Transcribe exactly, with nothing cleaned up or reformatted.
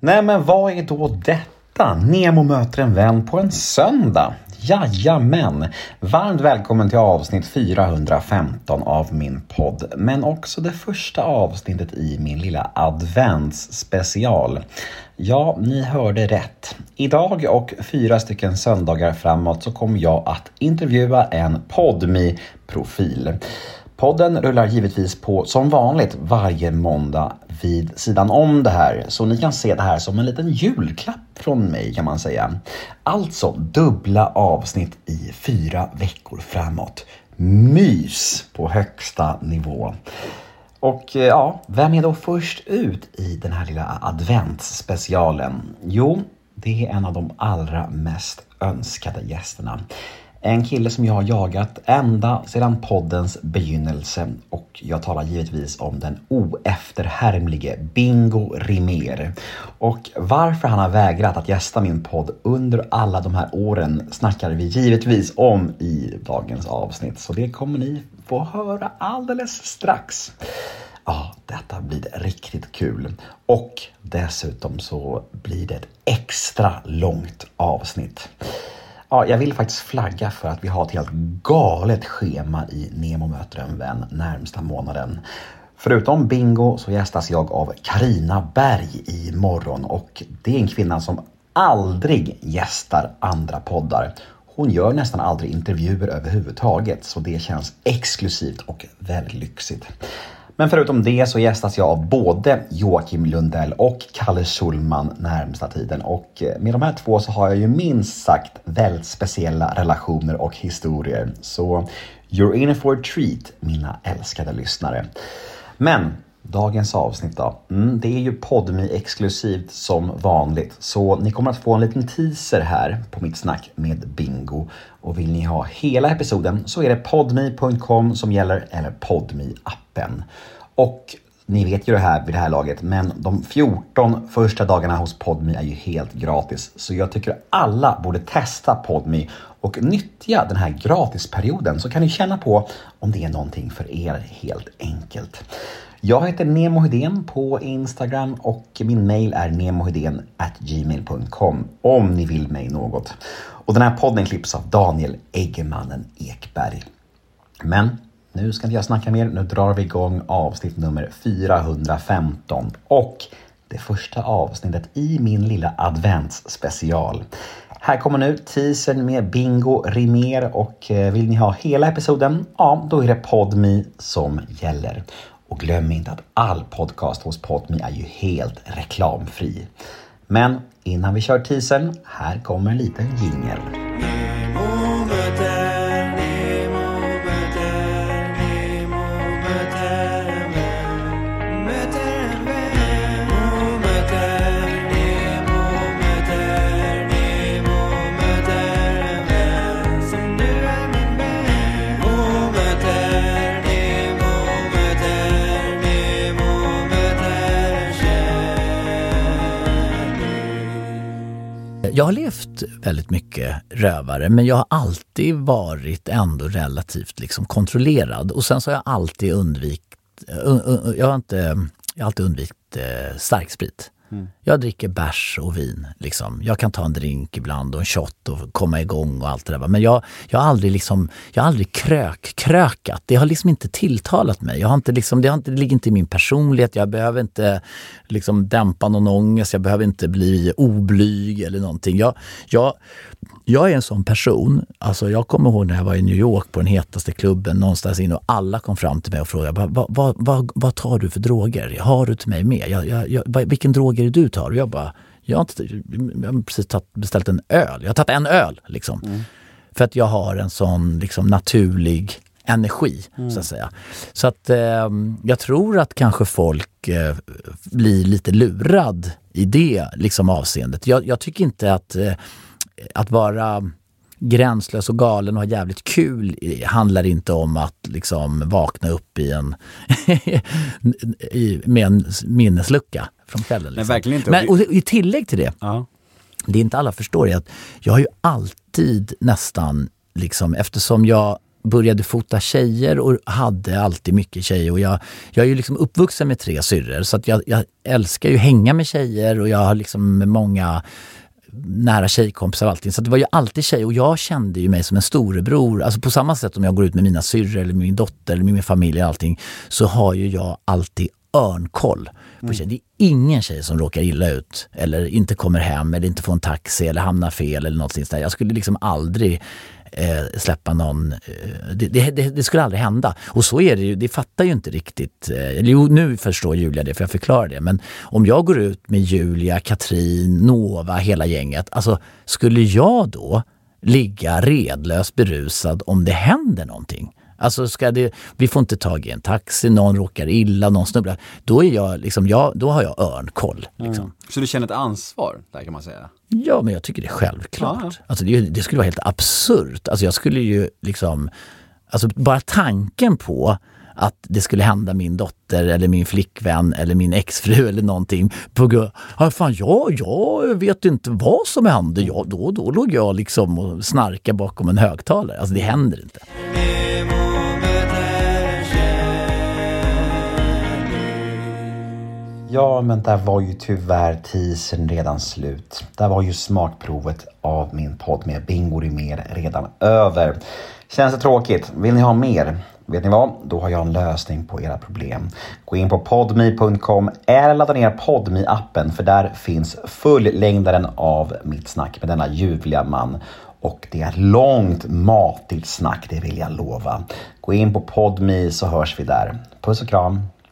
Nej, men vad är då detta? Nemo möter en vän på en söndag. Jajamän! Varmt välkommen till avsnitt fyrahundrafemton av min podd. Men också det första avsnittet i min lilla adventsspecial. Ja, ni hörde rätt. Idag och fyra stycken söndagar framåt så kommer jag att intervjua en PodMe-profil. Podden rullar givetvis på som vanligt varje måndag vid sidan om det här. Så ni kan se det här som en liten julklapp från mig, kan man säga. Alltså dubbla avsnitt i fyra veckor framåt. Mys på högsta nivå. Och ja, vem är då först ut i den här lilla adventsspecialen? Jo, det är en av de allra mest önskade gästerna. En kille som jag har jagat ända sedan poddens begynnelse, och jag talar givetvis om den oefterhärmlige Bingo Rimér. Och varför han har vägrat att gästa min podd under alla de här åren snackar vi givetvis om i dagens avsnitt. Så det kommer ni få höra alldeles strax. Ja, detta blir riktigt kul. Och dessutom så blir det ett extra långt avsnitt. Ja, jag vill faktiskt flagga för att vi har ett helt galet schema i Nemo möter en vän närmsta månaden. Förutom Bingo så gästas jag av Carina Berg i morgon, och det är en kvinna som aldrig gästar andra poddar. Hon gör nästan aldrig intervjuer överhuvudtaget, så det känns exklusivt och väldigt lyxigt. Men förutom det så gästas jag av både Joakim Lundell och Kalle Schulman närmsta tiden. Och med de här två så har jag ju minst sagt väldigt speciella relationer och historier. Så you're in for a treat, mina älskade lyssnare. Men dagens avsnitt då, mm, det är ju PodMe exklusivt som vanligt. Så ni kommer att få en liten teaser här på mitt snack med Bingo. Och vill ni ha hela episoden så är det podme punkt com som gäller, eller PodMe-appen. Och ni vet ju det här vid det här laget, men de fjorton första dagarna hos PodMe är ju helt gratis. Så jag tycker alla borde testa PodMe och nyttja den här gratisperioden, så kan ni känna på om det är någonting för er, helt enkelt. Jag heter Nemo Hedén på Instagram och min mail är nemohedén at gmail punkt com om ni vill mig något. Och den här podden klipps av Daniel Eggemannen Ekberg. Men nu ska inte jag snacka mer, nu drar vi igång avsnitt nummer fyrahundrafemton och det första avsnittet i min lilla adventsspecial. Här kommer nu teasern med Bingo Rimér, och vill ni ha hela episoden, ja då är det PodMe som gäller. Och glöm inte att all podcast hos PodMe är ju helt reklamfri. Men innan vi kör teasern, här kommer en liten jingle. Jag har levt väldigt mycket rövare, men jag har alltid varit ändå relativt liksom kontrollerad. Och sen så har jag alltid undvikit, jag har inte, jag har alltid undvikit eh, starksprit. Mm. Jag dricker bärs och vin. Liksom. Jag kan ta en drink ibland och en shot och komma igång och allt det där. Men jag, jag har aldrig, liksom, jag har aldrig krök, krökat. Det har liksom inte tilltalat mig. Jag har inte, liksom, det, har inte, det ligger inte i min personlighet. Jag behöver inte liksom, dämpa någon ångest. Jag behöver inte bli oblyg eller någonting. Jag, jag, jag är en sån person. Alltså, jag kommer ihåg när jag var i New York på den hetaste klubben någonstans in, och alla kom fram till mig och frågade vad, vad, vad, vad tar du för droger? Har du till mig med? Jag, jag, jag, vilken droger du tar? Och jag bara, jag har, inte, jag har precis tatt, beställt en öl. Jag har tagit en öl liksom. Mm. För att jag har en sån liksom naturlig energi, mm. så att säga. Så att eh, jag tror att kanske folk eh, blir lite lurad i det liksom avseendet. Jag, jag tycker inte att eh, att vara gränslös och galen och ha jävligt kul handlar inte om att liksom vakna upp i en i, med en minneslucka från kvällen. Liksom. Men verkligen inte. Men och i tillägg till det, ja. Det är inte alla förstår är att jag har ju alltid nästan liksom, eftersom jag började fota tjejer och hade alltid mycket tjejer. Och jag, jag är ju liksom uppvuxen med tre syrror, så att jag, jag älskar ju hänga med tjejer och jag har liksom många nära tjejkompisar och allting. Så det var ju alltid tjej och jag kände ju mig som en storebror. Alltså på samma sätt om jag går ut med mina syrror eller min dotter eller med min familj och allting, så har ju jag alltid örnkoll på tjejer. Det är ingen tjej som råkar illa ut eller inte kommer hem eller inte får en taxi eller hamnar fel eller något sånt där. Jag skulle liksom aldrig eh, släppa någon. Eh, det, det, det skulle aldrig hända. Och så är det ju, det fattar ju inte riktigt. Eh, jo, nu förstår Julia det för jag förklarar det. Men om jag går ut med Julia, Katrin, Nova, hela gänget. Alltså skulle jag då ligga redlös berusad om det händer någonting? Alltså ska det, vi får inte tag i en taxi, någon råkar illa, någon snubblar. Då är jag liksom, jag, då har jag örnkoll. Liksom. Mm. Så du känner ett ansvar, där kan man säga? Ja, men jag tycker det är självklart. Ja. Alltså det, det skulle vara helt absurt. Alltså jag skulle ju liksom, alltså bara tanken på att det skulle hända min dotter eller min flickvän eller min exfru eller någonting på grund, ja fan jag, jag vet inte vad som hände. Ja, då, då låg jag liksom och snarka bakom en högtalare. Alltså det händer inte. Ja, men där var ju tyvärr teasern redan slut. Där var ju smakprovet av min podd med Bingo Rimér redan över. Känns det tråkigt? Vill ni ha mer? Vet ni vad? Då har jag en lösning på era problem. Gå in på podme punkt com eller ladda ner Podme-appen, för där finns fullängdaren av mitt snack med denna ljuvliga man. Och det är långt matigt snack, det vill jag lova. Gå in på Podme så hörs vi där. Puss och kram!